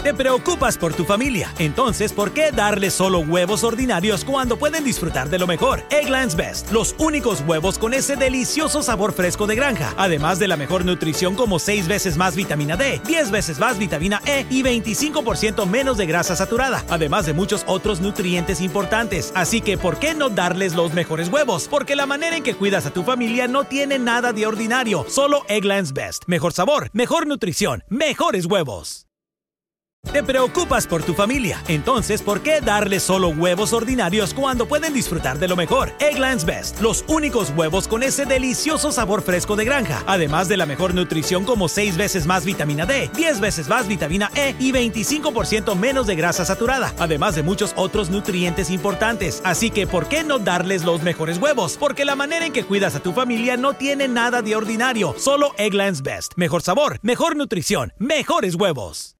Te preocupas por tu familia, entonces ¿por qué darles solo huevos ordinarios cuando pueden disfrutar de lo mejor? Eggland's Best, los únicos huevos con ese delicioso sabor fresco de granja, además de la mejor nutrición como 6 veces más vitamina D, 10 veces más vitamina E y 25% menos de grasa saturada, además de muchos otros nutrientes importantes. Así que ¿por qué no darles los mejores huevos? Porque la manera en que cuidas a tu familia no tiene nada de ordinario, solo Eggland's Best. Mejor sabor, mejor nutrición, mejores huevos. Te preocupas por tu familia, entonces ¿por qué darles solo huevos ordinarios cuando pueden disfrutar de lo mejor? Eggland's Best, los únicos huevos con ese delicioso sabor fresco de granja, además de la mejor nutrición como 6 veces más vitamina D, 10 veces más vitamina E y 25% menos de grasa saturada, además de muchos otros nutrientes importantes. Así que ¿por qué no darles los mejores huevos? Porque la manera en que cuidas a tu familia no tiene nada de ordinario, solo Eggland's Best. Mejor sabor, mejor nutrición, mejores huevos.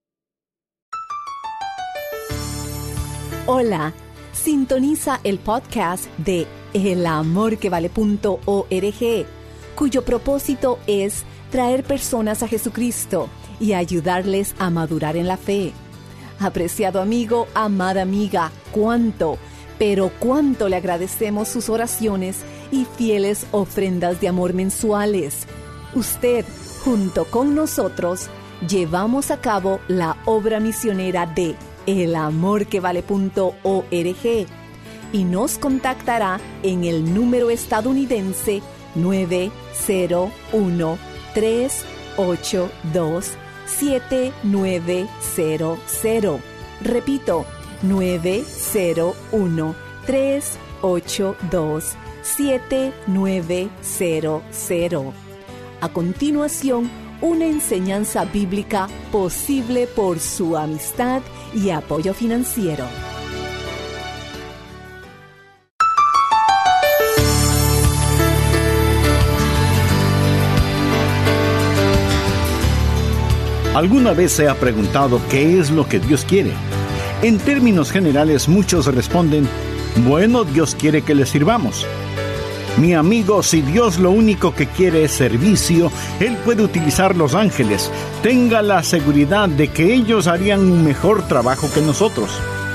Hola, sintoniza el podcast de elamorquevale.org, cuyo propósito es traer personas a Jesucristo y ayudarles a madurar en la fe. Apreciado amigo, amada amiga, cuánto le agradecemos sus oraciones y fieles ofrendas de amor mensuales. Usted, junto con nosotros, llevamos a cabo la obra misionera de elamorquevale.org y nos contactará en el número estadounidense 901-382-7900. Repito, 901-382-7900. A continuación, una enseñanza bíblica posible por su amistad y apoyo financiero. ¿Alguna vez se ha preguntado qué es lo que Dios quiere? En términos generales, muchos responden, bueno, Dios quiere que le sirvamos. Mi amigo, si Dios lo único que quiere es servicio, Él puede utilizar los ángeles. Tenga la seguridad de que ellos harían un mejor trabajo que nosotros.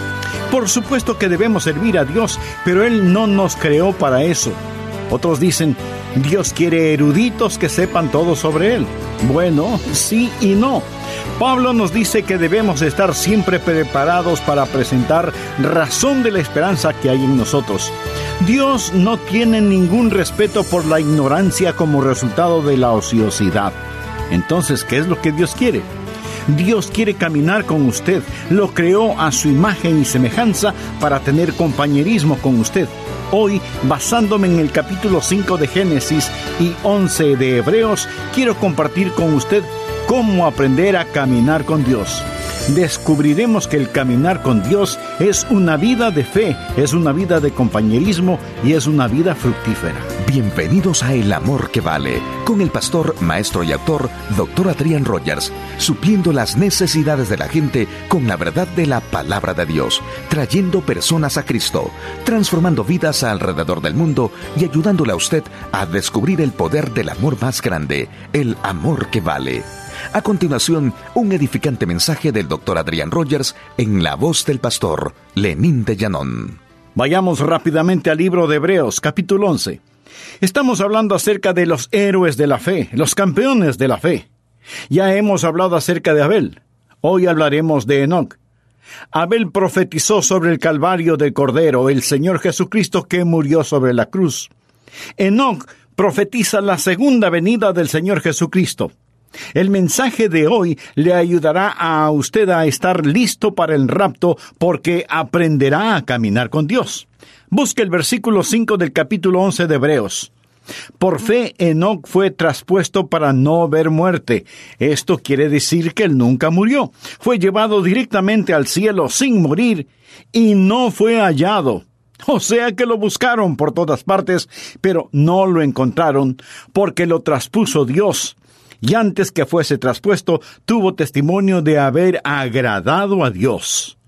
Por supuesto que debemos servir a Dios, pero Él no nos creó para eso. Otros dicen, Dios quiere eruditos que sepan todo sobre Él. Bueno, sí y no. Pablo nos dice que debemos estar siempre preparados para presentar razón de la esperanza que hay en nosotros. Dios no tiene ningún respeto por la ignorancia como resultado de la ociosidad. Entonces, ¿qué es lo que Dios quiere? Dios quiere caminar con usted. Lo creó a su imagen y semejanza para tener compañerismo con usted. Hoy, basándome en el capítulo 5 de Génesis y 11 de Hebreos, quiero compartir con usted cómo aprender a caminar con Dios. Descubriremos que el caminar con Dios es una vida de fe, es una vida de compañerismo y es una vida fructífera. Bienvenidos a El Amor que Vale, con el pastor, maestro y autor, Dr. Adrian Rogers, supliendo las necesidades de la gente con la verdad de la palabra de Dios, trayendo personas a Cristo, transformando vidas alrededor del mundo y ayudándole a usted a descubrir el poder del amor más grande, el amor que vale. A continuación, un edificante mensaje del Dr. Adrian Rogers en la voz del pastor Lenín de Llanón. Vayamos rápidamente al libro de Hebreos, capítulo 11. Estamos hablando acerca de los héroes de la fe, los campeones de la fe. Ya hemos hablado acerca de Abel. Hoy hablaremos de Enoc. Abel profetizó sobre el Calvario del Cordero, el Señor Jesucristo que murió sobre la cruz. Enoc profetiza la segunda venida del Señor Jesucristo. El mensaje de hoy le ayudará a usted a estar listo para el rapto porque aprenderá a caminar con Dios. Busque el versículo 5 del capítulo 11 de Hebreos. Por fe, Enoc fue traspuesto para no ver muerte. Esto quiere decir que él nunca murió. Fue llevado directamente al cielo sin morir y no fue hallado. O sea que lo buscaron por todas partes, pero no lo encontraron porque lo traspuso Dios. Y antes que fuese traspuesto, tuvo testimonio de haber agradado a Dios.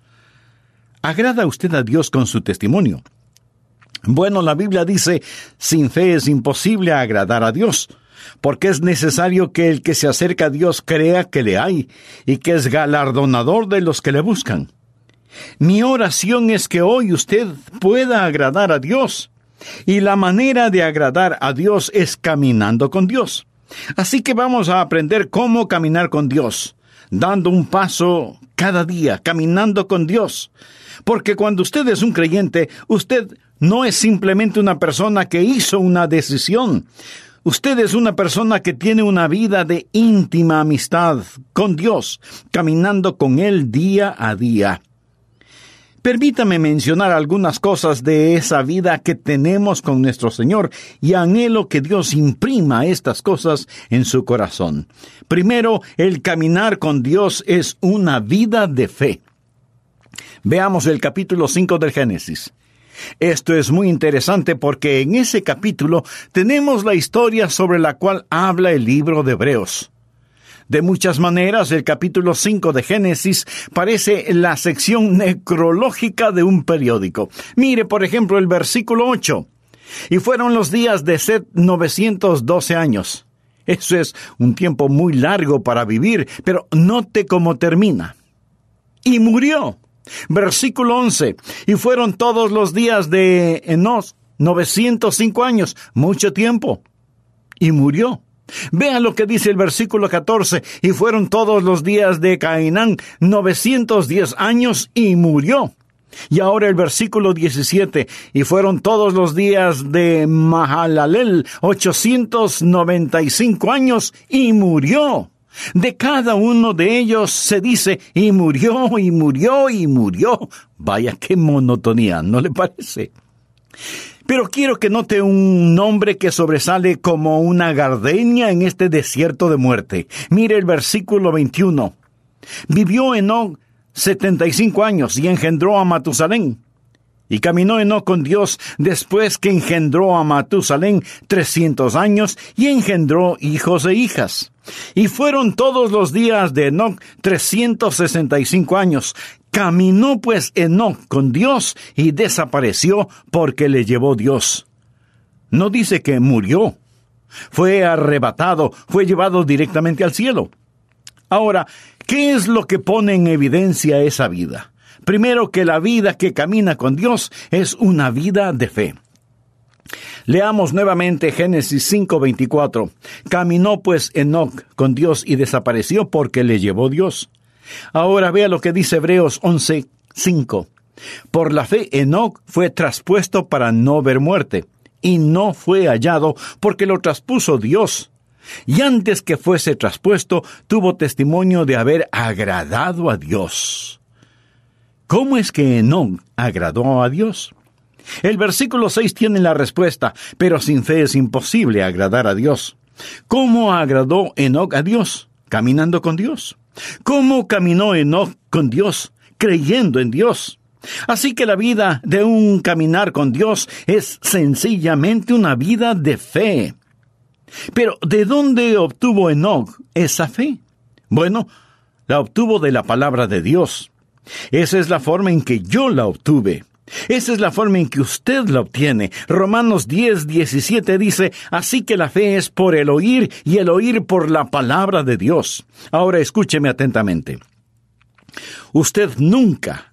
¿Agrada usted a Dios con su testimonio? Bueno, la Biblia dice, sin fe es imposible agradar a Dios. porque es necesario que el que se acerca a Dios crea que le hay y que es galardonador de los que le buscan. Mi oración es que hoy usted pueda agradar a Dios, y la manera de agradar a Dios es caminando con Dios. Así que vamos a aprender cómo caminar con Dios, dando un paso cada día, caminando con Dios. Porque cuando usted es un creyente, usted no es simplemente una persona que hizo una decisión. Usted es una persona que tiene una vida de íntima amistad con Dios, caminando con Él día a día. Permítame mencionar algunas cosas de esa vida que tenemos con nuestro Señor y anhelo que Dios imprima estas cosas en su corazón. Primero, el caminar con Dios es una vida de fe. Veamos el capítulo 5 del Génesis. Esto es muy interesante porque en ese capítulo tenemos la historia sobre la cual habla el libro de Hebreos. De muchas maneras, el capítulo 5 de Génesis parece la sección necrológica de un periódico. Mire, por ejemplo, el versículo 8. Y fueron los días de Set 912 años. Eso es un tiempo muy largo para vivir, pero note cómo termina. Y murió. Versículo 11. Y fueron todos los días de Enos 905 años, mucho tiempo. Y murió. Vean lo que dice el versículo 14, y fueron todos los días de Cainán 910 años y murió. Y ahora el versículo 17, y fueron todos los días de Mahalalel 895 años y murió. De cada uno de ellos se dice, y murió, y murió, y murió. Vaya qué monotonía, ¿no le parece? Pero quiero que note un nombre que sobresale como una gardenia en este desierto de muerte. Mire el versículo 21. Vivió Enoc 75 años y engendró a Matusalén. Y caminó Enoc con Dios después que engendró a Matusalén 300 años y engendró hijos e hijas. Y fueron todos los días de Enoc 365 años. Caminó pues Enoc con Dios y desapareció porque le llevó Dios. No dice que murió. Fue arrebatado, fue llevado directamente al cielo. Ahora, ¿qué es lo que pone en evidencia esa vida? Primero, que la vida que camina con Dios es una vida de fe. Leamos nuevamente Génesis 5:24. Caminó pues Enoc con Dios y desapareció porque le llevó Dios. Ahora vea lo que dice Hebreos 11:5. Por la fe Enoc fue traspuesto para no ver muerte, y no fue hallado porque lo traspuso Dios. Y antes que fuese traspuesto, tuvo testimonio de haber agradado a Dios. ¿Cómo es que Enoc agradó a Dios? El versículo 6 tiene la respuesta, pero sin fe es imposible agradar a Dios. ¿Cómo agradó Enoc a Dios? Caminando con Dios. ¿Cómo caminó Enoc con Dios? Creyendo en Dios. Así que la vida de un caminar con Dios es sencillamente una vida de fe. Pero, ¿de dónde obtuvo Enoc esa fe? Bueno, la obtuvo de la palabra de Dios. Esa es la forma en que yo la obtuve. Esa es la forma en que usted la obtiene. Romanos 10:17 dice, así que la fe es por el oír y el oír por la palabra de Dios. Ahora escúcheme atentamente. Usted nunca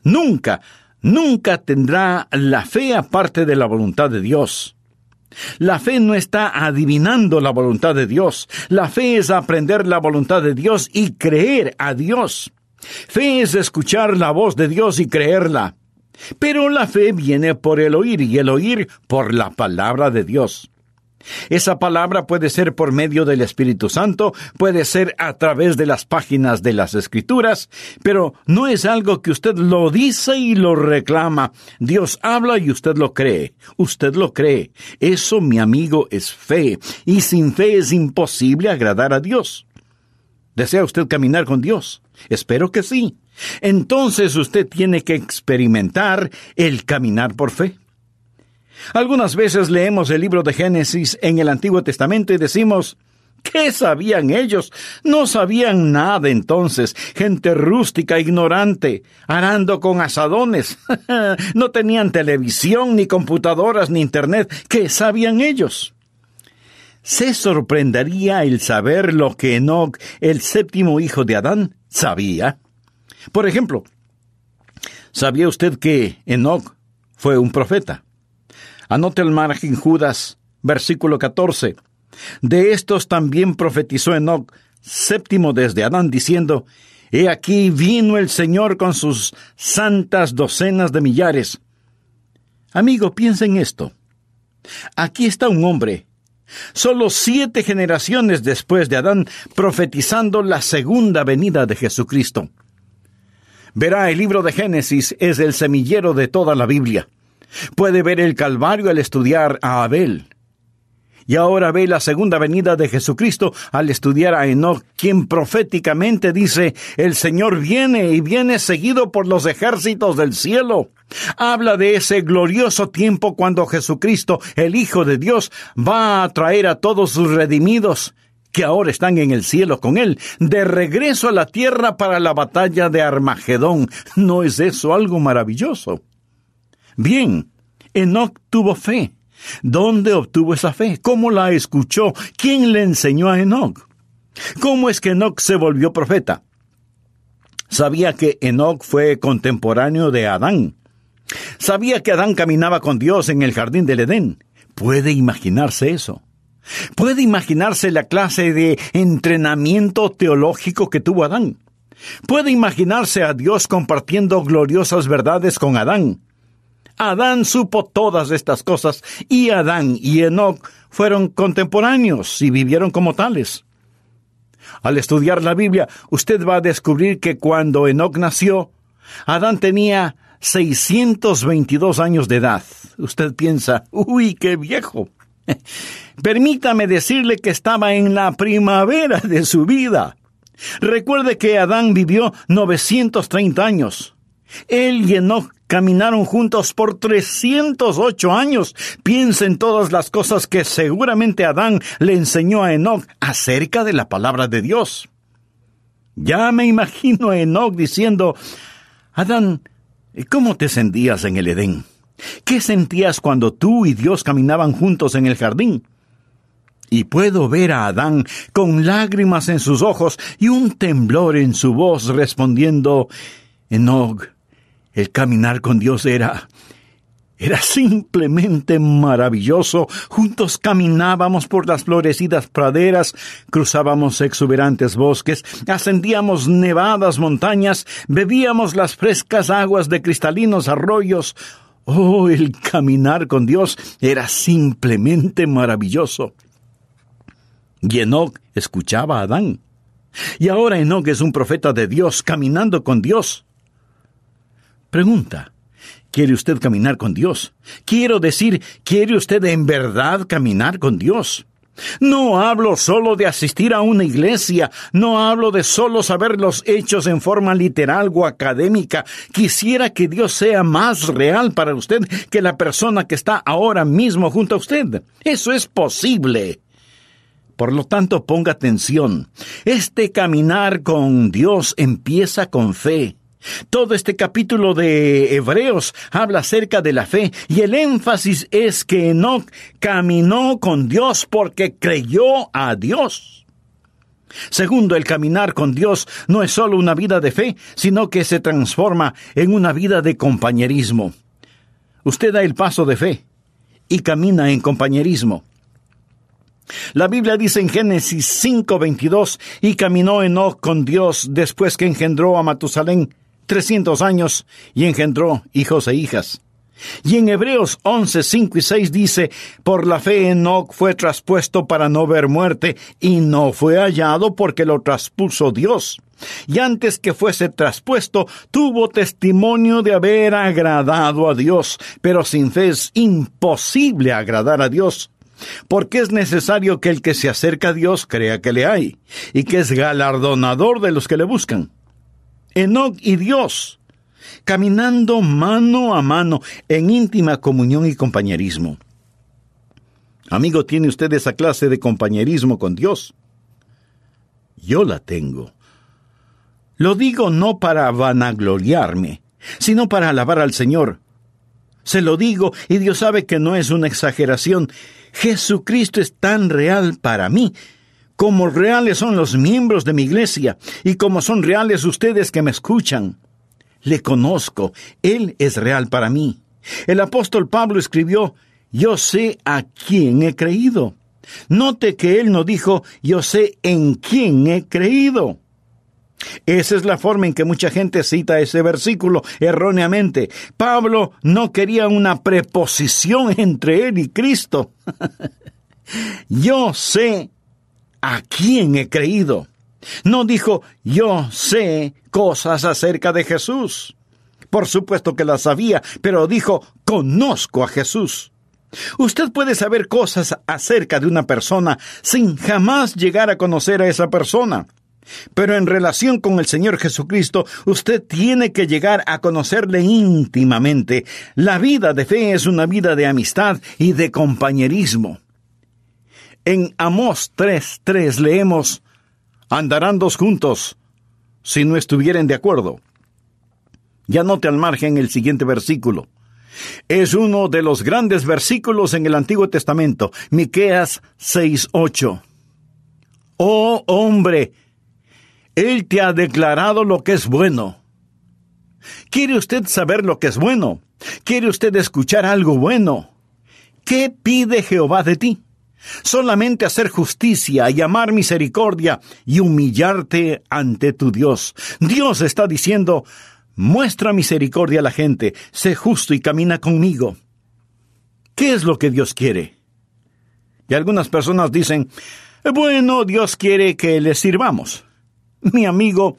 tendrá la fe aparte de la voluntad de Dios. La fe no está adivinando la voluntad de Dios. La fe es aprender la voluntad de Dios y creer a Dios. Fe es escuchar la voz de Dios y creerla. Pero la fe viene por el oír y el oír por la palabra de Dios. Esa palabra puede ser por medio del Espíritu Santo, puede ser a través de las páginas de las Escrituras, pero no es algo que usted lo dice y lo reclama. Dios habla y usted lo cree. Usted lo cree. Eso, mi amigo, es fe. Y sin fe es imposible agradar a Dios. ¿Desea usted caminar con Dios? Espero que sí. Entonces usted tiene que experimentar el caminar por fe. Algunas veces leemos el libro de Génesis en el Antiguo Testamento y decimos, ¿qué sabían ellos? No sabían nada entonces. Gente rústica, ignorante, arando con azadones. No tenían televisión, ni computadoras, ni internet. ¿Qué sabían ellos? ¿Se sorprendería el saber lo que Enoc, el séptimo hijo de Adán, sabía? Por ejemplo, ¿sabía usted que Enoc fue un profeta? Anote al margen Judas, versículo 14. De estos también profetizó Enoc, séptimo desde Adán, diciendo: He aquí vino el Señor con sus santas docenas de millares. Amigo, piensa en esto. Aquí está un hombre, solo 7 generaciones después de Adán, profetizando la segunda venida de Jesucristo. Verá, el libro de Génesis es el semillero de toda la Biblia. Puede ver el Calvario al estudiar a Abel. Y ahora ve la segunda venida de Jesucristo al estudiar a Enoc, quien proféticamente dice: el Señor viene y viene seguido por los ejércitos del cielo. Habla de ese glorioso tiempo cuando Jesucristo, el Hijo de Dios, va a traer a todos sus redimidos, que ahora están en el cielo con Él, de regreso a la tierra para la batalla de Armagedón. ¿No es eso algo maravilloso? Bien, Enoc tuvo fe. ¿Dónde obtuvo esa fe? ¿Cómo la escuchó? ¿Quién le enseñó a Enoc? ¿Cómo es que Enoc se volvió profeta? Sabía que Enoc fue contemporáneo de Adán. Sabía que Adán caminaba con Dios en el jardín del Edén. ¿Puede imaginarse eso? ¿Puede imaginarse la clase de entrenamiento teológico que tuvo Adán? ¿Puede imaginarse a Dios compartiendo gloriosas verdades con Adán? Adán supo todas estas cosas, y Adán y Enoc fueron contemporáneos y vivieron como tales. Al estudiar la Biblia, usted va a descubrir que cuando Enoc nació, Adán tenía 622 años de edad. Usted piensa: ¡uy, qué viejo! Permítame decirle que estaba en la primavera de su vida. Recuerde que Adán vivió 930 años. Él y Enoc caminaron juntos por 308 años. Piensa en todas las cosas que seguramente Adán le enseñó a Enoc acerca de la palabra de Dios. Ya me imagino a Enoc diciendo: Adán, ¿cómo te sentías en el Edén? ¿Qué sentías cuando tú y Dios caminaban juntos en el jardín? Y puedo ver a Adán con lágrimas en sus ojos y un temblor en su voz respondiendo: Enoc, el caminar con Dios era simplemente maravilloso. Juntos caminábamos por las florecidas praderas, cruzábamos exuberantes bosques, ascendíamos nevadas montañas, bebíamos las frescas aguas de cristalinos arroyos. Oh, el caminar con Dios era simplemente maravilloso. Y Enoc escuchaba a Adán. Y ahora Enoc es un profeta de Dios, caminando con Dios. Pregunta: ¿quiere usted caminar con Dios? Quiero decir, ¿quiere usted en verdad caminar con Dios? No hablo solo de asistir a una iglesia, no hablo de solo saber los hechos en forma literal o académica. Quisiera que Dios sea más real para usted que la persona que está ahora mismo junto a usted. Eso es posible. Por lo tanto, ponga atención. Este caminar con Dios empieza con fe. Todo este capítulo de Hebreos habla acerca de la fe, y el énfasis es que Enoc caminó con Dios porque creyó a Dios. Segundo, el caminar con Dios no es solo una vida de fe, sino que se transforma en una vida de compañerismo. Usted da el paso de fe y camina en compañerismo. La Biblia dice en Génesis 5:22, y caminó Enoc con Dios después que engendró a Matusalén 300 años, y engendró hijos e hijas. Y en Hebreos 11:5 y 6 dice: por la fe Enoc fue traspuesto para no ver muerte, y no fue hallado porque lo traspuso Dios. Y antes que fuese traspuesto, tuvo testimonio de haber agradado a Dios. Pero sin fe es imposible agradar a Dios, porque es necesario que el que se acerca a Dios crea que le hay, y que es galardonador de los que le buscan. Enoc y Dios, caminando mano a mano en íntima comunión y compañerismo. Amigo, ¿tiene usted esa clase de compañerismo con Dios? Yo la tengo. Lo digo no para vanagloriarme, sino para alabar al Señor. Se lo digo, y Dios sabe que no es una exageración. Jesucristo es tan real para mí, como reales son los miembros de mi iglesia, y como son reales ustedes que me escuchan. Le conozco, Él es real para mí. El apóstol Pablo escribió, yo sé a quién he creído. Note que él no dijo, yo sé en quién he creído. Esa es la forma en que mucha gente cita ese versículo erróneamente. Pablo no quería una preposición entre él y Cristo. Yo sé a quién he creído. No dijo, yo sé cosas acerca de Jesús. Por supuesto que las sabía, pero dijo, conozco a Jesús. Usted puede saber cosas acerca de una persona sin jamás llegar a conocer a esa persona. Pero en relación con el Señor Jesucristo, usted tiene que llegar a conocerle íntimamente. La vida de fe es una vida de amistad y de compañerismo. En Amós 3:3 leemos, andarán dos juntos si no estuvieren de acuerdo. Ya note al margen el siguiente versículo. Es uno de los grandes versículos en el Antiguo Testamento, Miqueas 6:8. Oh hombre, Él te ha declarado lo que es bueno. ¿Quiere usted saber lo que es bueno? ¿Quiere usted escuchar algo bueno? ¿Qué pide Jehová de ti? Solamente hacer justicia y amar misericordia y humillarte ante tu Dios. Dios está diciendo, muestra misericordia a la gente, sé justo y camina conmigo. ¿Qué es lo que Dios quiere? Y algunas personas dicen, bueno, Dios quiere que le sirvamos. Mi amigo,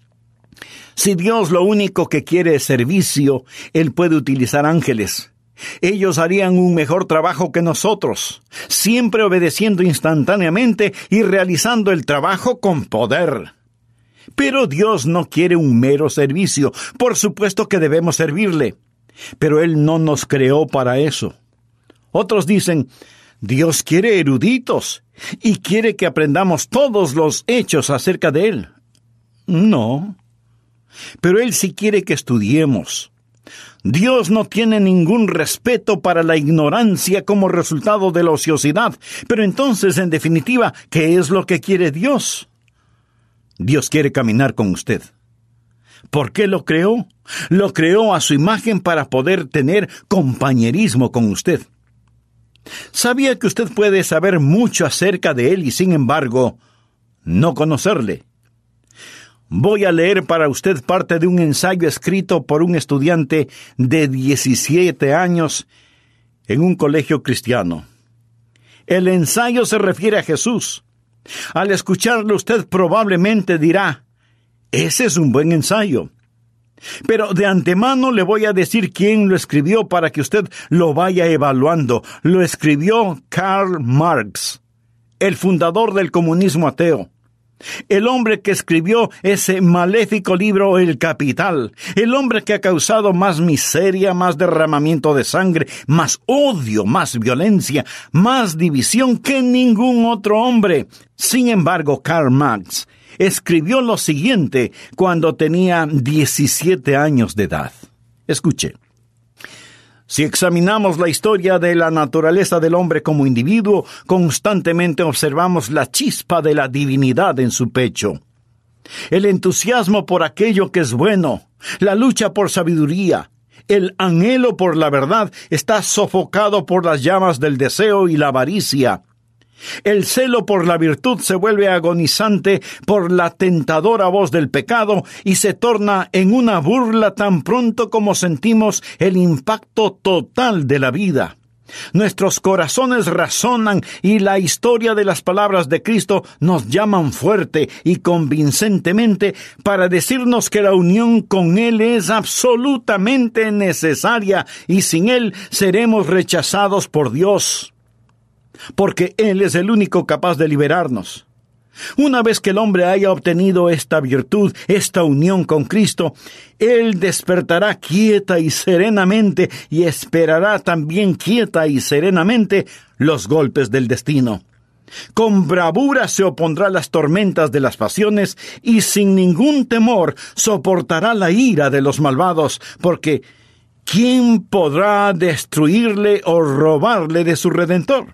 si Dios lo único que quiere es servicio, Él puede utilizar ángeles. Ellos harían un mejor trabajo que nosotros, siempre obedeciendo instantáneamente y realizando el trabajo con poder. Pero Dios no quiere un mero servicio. Por supuesto que debemos servirle, pero Él no nos creó para eso. Otros dicen, Dios quiere eruditos y quiere que aprendamos todos los hechos acerca de Él. No, pero Él sí quiere que estudiemos. Dios no tiene ningún respeto para la ignorancia como resultado de la ociosidad. Pero entonces, en definitiva, ¿qué es lo que quiere Dios? Dios quiere caminar con usted. ¿Por qué lo creó? Lo creó a su imagen para poder tener compañerismo con usted. ¿Sabía que usted puede saber mucho acerca de Él y, sin embargo, no conocerle? Voy a leer para usted parte de un ensayo escrito por un estudiante de 17 años en un colegio cristiano. El ensayo se refiere a Jesús. Al escucharlo usted probablemente dirá, ese es un buen ensayo. Pero de antemano le voy a decir quién lo escribió para que usted lo vaya evaluando. Lo escribió Karl Marx, el fundador del comunismo ateo. El hombre que escribió ese maléfico libro El Capital, el hombre que ha causado más miseria, más derramamiento de sangre, más odio, más violencia, más división que ningún otro hombre. Sin embargo, Karl Marx escribió lo siguiente cuando tenía 17 años de edad. Escuche. Si examinamos la historia de la naturaleza del hombre como individuo, constantemente observamos la chispa de la divinidad en su pecho. El entusiasmo por aquello que es bueno, la lucha por sabiduría, el anhelo por la verdad está sofocado por las llamas del deseo y la avaricia. El celo por la virtud se vuelve agonizante por la tentadora voz del pecado y se torna en una burla tan pronto como sentimos el impacto total de la vida. Nuestros corazones razonan y la historia de las palabras de Cristo nos llaman fuerte y convincentemente para decirnos que la unión con Él es absolutamente necesaria y sin Él seremos rechazados por Dios. Porque Él es el único capaz de liberarnos. Una vez que el hombre haya obtenido esta virtud, esta unión con Cristo, Él despertará quieta y serenamente y esperará también quieta y serenamente los golpes del destino. Con bravura se opondrá a las tormentas de las pasiones y sin ningún temor soportará la ira de los malvados, porque ¿quién podrá destruirle o robarle de su Redentor?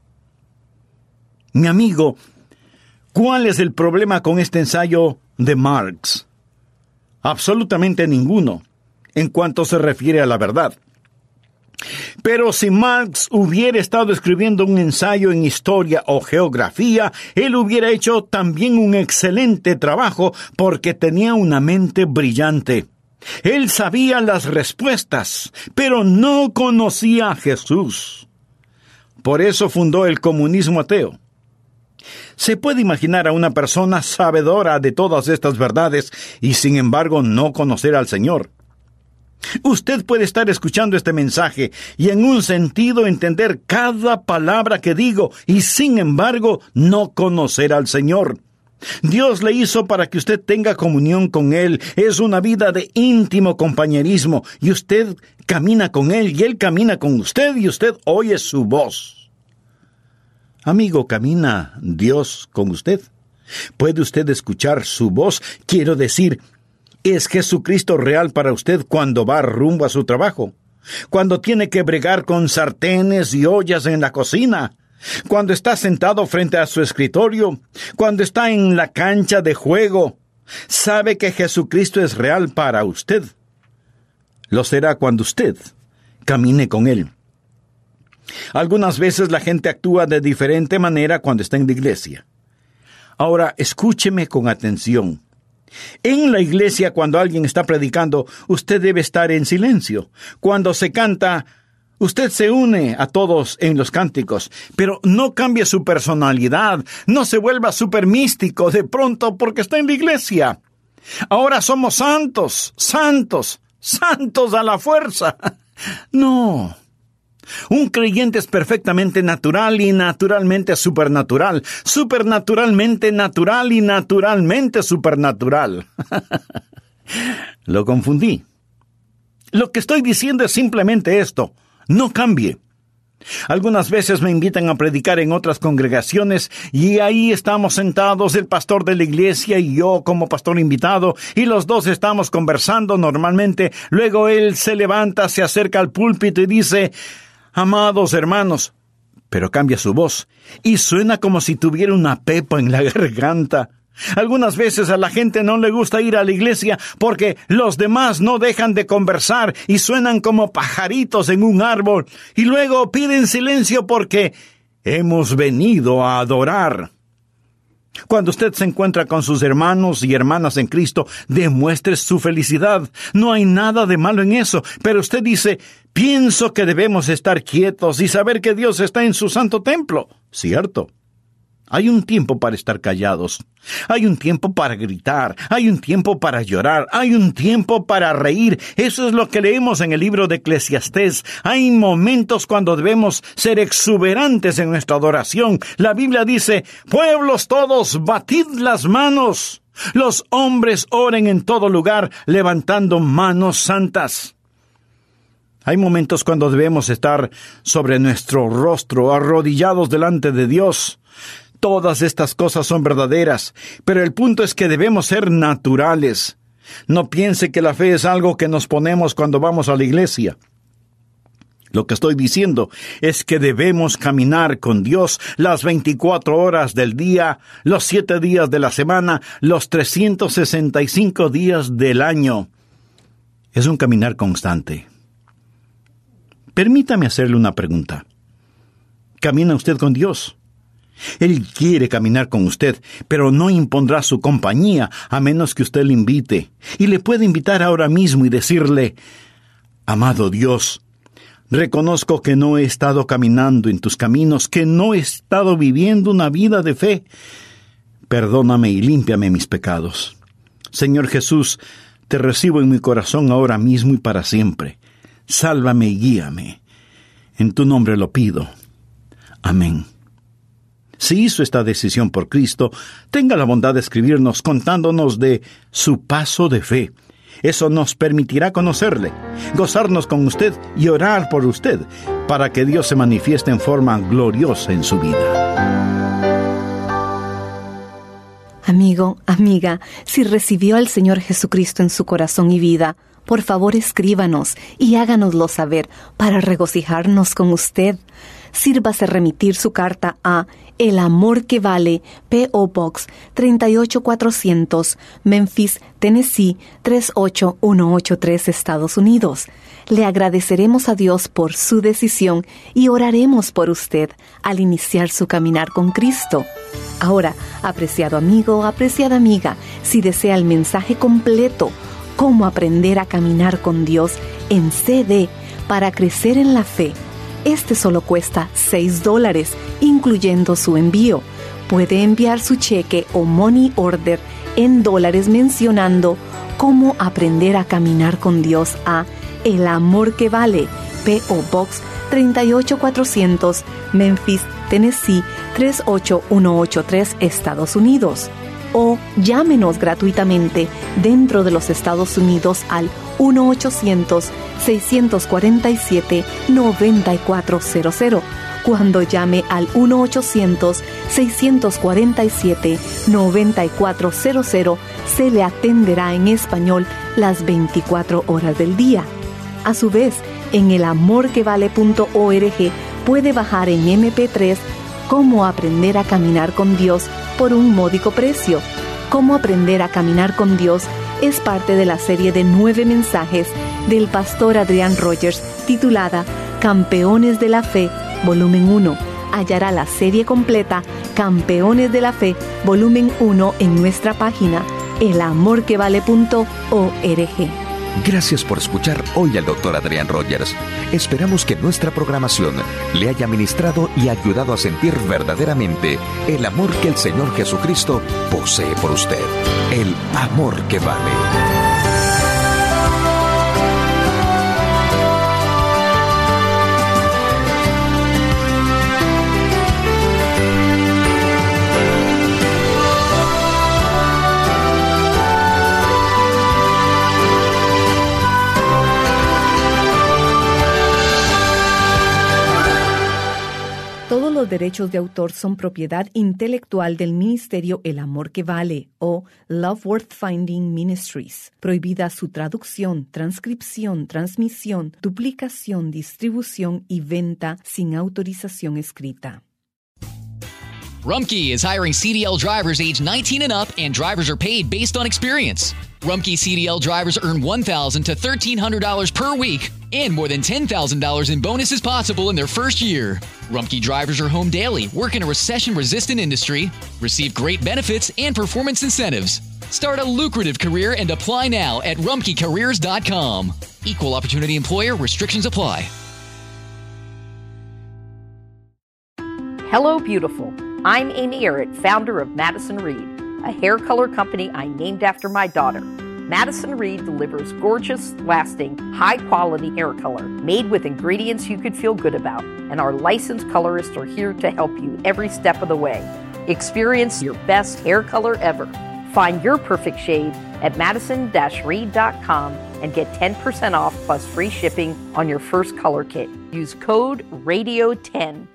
Mi amigo, ¿cuál es el problema con este ensayo de Marx? Absolutamente ninguno, en cuanto se refiere a la verdad. Pero si Marx hubiera estado escribiendo un ensayo en historia o geografía, él hubiera hecho también un excelente trabajo porque tenía una mente brillante. Él sabía las respuestas, pero no conocía a Jesús. Por eso fundó el comunismo ateo. Se puede imaginar a una persona sabedora de todas estas verdades y sin embargo no conocer al Señor. Usted puede estar escuchando este mensaje y en un sentido entender cada palabra que digo y sin embargo no conocer al Señor. Dios le hizo para que usted tenga comunión con Él. Es una vida de íntimo compañerismo y usted camina con Él y Él camina con usted y usted oye su voz. Amigo, ¿camina Dios con usted? ¿Puede usted escuchar su voz? Quiero decir, ¿es Jesucristo real para usted cuando va rumbo a su trabajo? Cuando tiene que bregar con sartenes y ollas en la cocina, cuando está sentado frente a su escritorio, cuando está en la cancha de juego, ¿sabe que Jesucristo es real para usted? Lo será cuando usted camine con Él. Algunas veces la gente actúa de diferente manera cuando está en la iglesia. Ahora, escúcheme con atención. En la iglesia, cuando alguien está predicando, usted debe estar en silencio. Cuando se canta, usted se une a todos en los cánticos, pero no cambie su personalidad, no se vuelva súper místico de pronto porque está en la iglesia. Ahora somos santos, santos, santos a la fuerza. No. Un creyente es perfectamente natural y naturalmente supernatural, supernaturalmente natural y naturalmente supernatural. Lo confundí. Lo que estoy diciendo es simplemente esto: no cambie. Algunas veces me invitan a predicar en otras congregaciones y ahí estamos sentados, el pastor de la iglesia y yo como pastor invitado, y los dos estamos conversando normalmente. Luego él se levanta, se acerca al púlpito y dice: amados hermanos, pero cambia su voz y suena como si tuviera una pepa en la garganta. Algunas veces a la gente no le gusta ir a la iglesia porque los demás no dejan de conversar y suenan como pajaritos en un árbol, y luego piden silencio porque hemos venido a adorar. Cuando usted se encuentra con sus hermanos y hermanas en Cristo, demuestre su felicidad. No hay nada de malo en eso, pero usted dice: pienso que debemos estar quietos y saber que Dios está en su santo templo. ¿Cierto? Hay un tiempo para estar callados. Hay un tiempo para gritar. Hay un tiempo para llorar. Hay un tiempo para reír. Eso es lo que leemos en el libro de Eclesiastés. Hay momentos cuando debemos ser exuberantes en nuestra adoración. La Biblia dice: pueblos todos, batid las manos. Los hombres oren en todo lugar, levantando manos santas. Hay momentos cuando debemos estar sobre nuestro rostro, arrodillados delante de Dios. Todas estas cosas son verdaderas, pero el punto es que debemos ser naturales. No piense que la fe es algo que nos ponemos cuando vamos a la iglesia. Lo que estoy diciendo es que debemos caminar con Dios las 24 horas del día, los 7 días de la semana, los 365 días del año. Es un caminar constante. Permítame hacerle una pregunta. ¿Camina usted con Dios? Él quiere caminar con usted, pero no impondrá su compañía a menos que usted le invite. Y le puede invitar ahora mismo y decirle: amado Dios, reconozco que no he estado caminando en tus caminos, que no he estado viviendo una vida de fe. Perdóname y límpiame mis pecados. Señor Jesús, te recibo en mi corazón ahora mismo y para siempre. Sálvame y guíame. En tu nombre lo pido. Amén. Si hizo esta decisión por Cristo, tenga la bondad de escribirnos contándonos de su paso de fe. Eso nos permitirá conocerle, gozarnos con usted y orar por usted, para que Dios se manifieste en forma gloriosa en su vida. Amigo, amiga, si recibió al Señor Jesucristo en su corazón y vida, Por favor, escríbanos y háganoslo saber para regocijarnos con usted. Sírvase remitir su carta a El Amor que Vale, P.O. Box 38400, Memphis, Tennessee 38183, Estados Unidos. Le agradeceremos a Dios por su decisión y oraremos por usted al iniciar su caminar con Cristo. Ahora, apreciado amigo, apreciada amiga, si desea el mensaje completo, Cómo aprender a caminar con Dios en CD para crecer en la fe, este solo cuesta $6, incluyendo su envío. Puede enviar su cheque o money order en dólares mencionando Cómo aprender a caminar con Dios a El Amor que Vale, P.O. Box 38400, Memphis, Tennessee 38183, Estados Unidos. O llámenos gratuitamente dentro de los Estados Unidos al 1-800-647-9400. Cuando llame al 1-800-647-9400, se le atenderá en español las 24 horas del día. A su vez, en elamorquevale.org puede bajar en MP3 Cómo aprender a caminar con Dios por un módico precio. Cómo aprender a caminar con Dios es parte de la serie de 9 mensajes del pastor Adrian Rogers titulada Campeones de la Fe, volumen 1. Hallará la serie completa Campeones de la Fe, volumen 1 en nuestra página elamorquevale.org. Gracias por escuchar hoy al Dr. Adrian Rogers. Esperamos que nuestra programación le haya ministrado y ayudado a sentir verdaderamente el amor que el Señor Jesucristo posee por usted. El amor que vale. Los derechos de autor son propiedad intelectual del Ministerio El Amor que Vale o Love Worth Finding Ministries. Prohibida su traducción, transcripción, transmisión, duplicación, distribución y venta sin autorización escrita. Rumpke is hiring CDL drivers age 19 and up, and drivers are paid based on experience. Rumpke CDL drivers earn $1,000 to $1,300 per week and more than $10,000 in bonuses possible in their first year. Rumpke drivers are home daily, work in a recession-resistant industry, receive great benefits and performance incentives. Start a lucrative career and apply now at rumpkecareers.com. Equal opportunity employer, restrictions apply. Hello, beautiful. I'm Amy Errett, founder of Madison Reed, a hair color company I named after my daughter. Madison Reed delivers gorgeous, lasting, high-quality hair color made with ingredients you could feel good about, and our licensed colorists are here to help you every step of the way. Experience your best hair color ever. Find your perfect shade at madison-reed.com and get 10% off plus free shipping on your first color kit. Use code RADIO10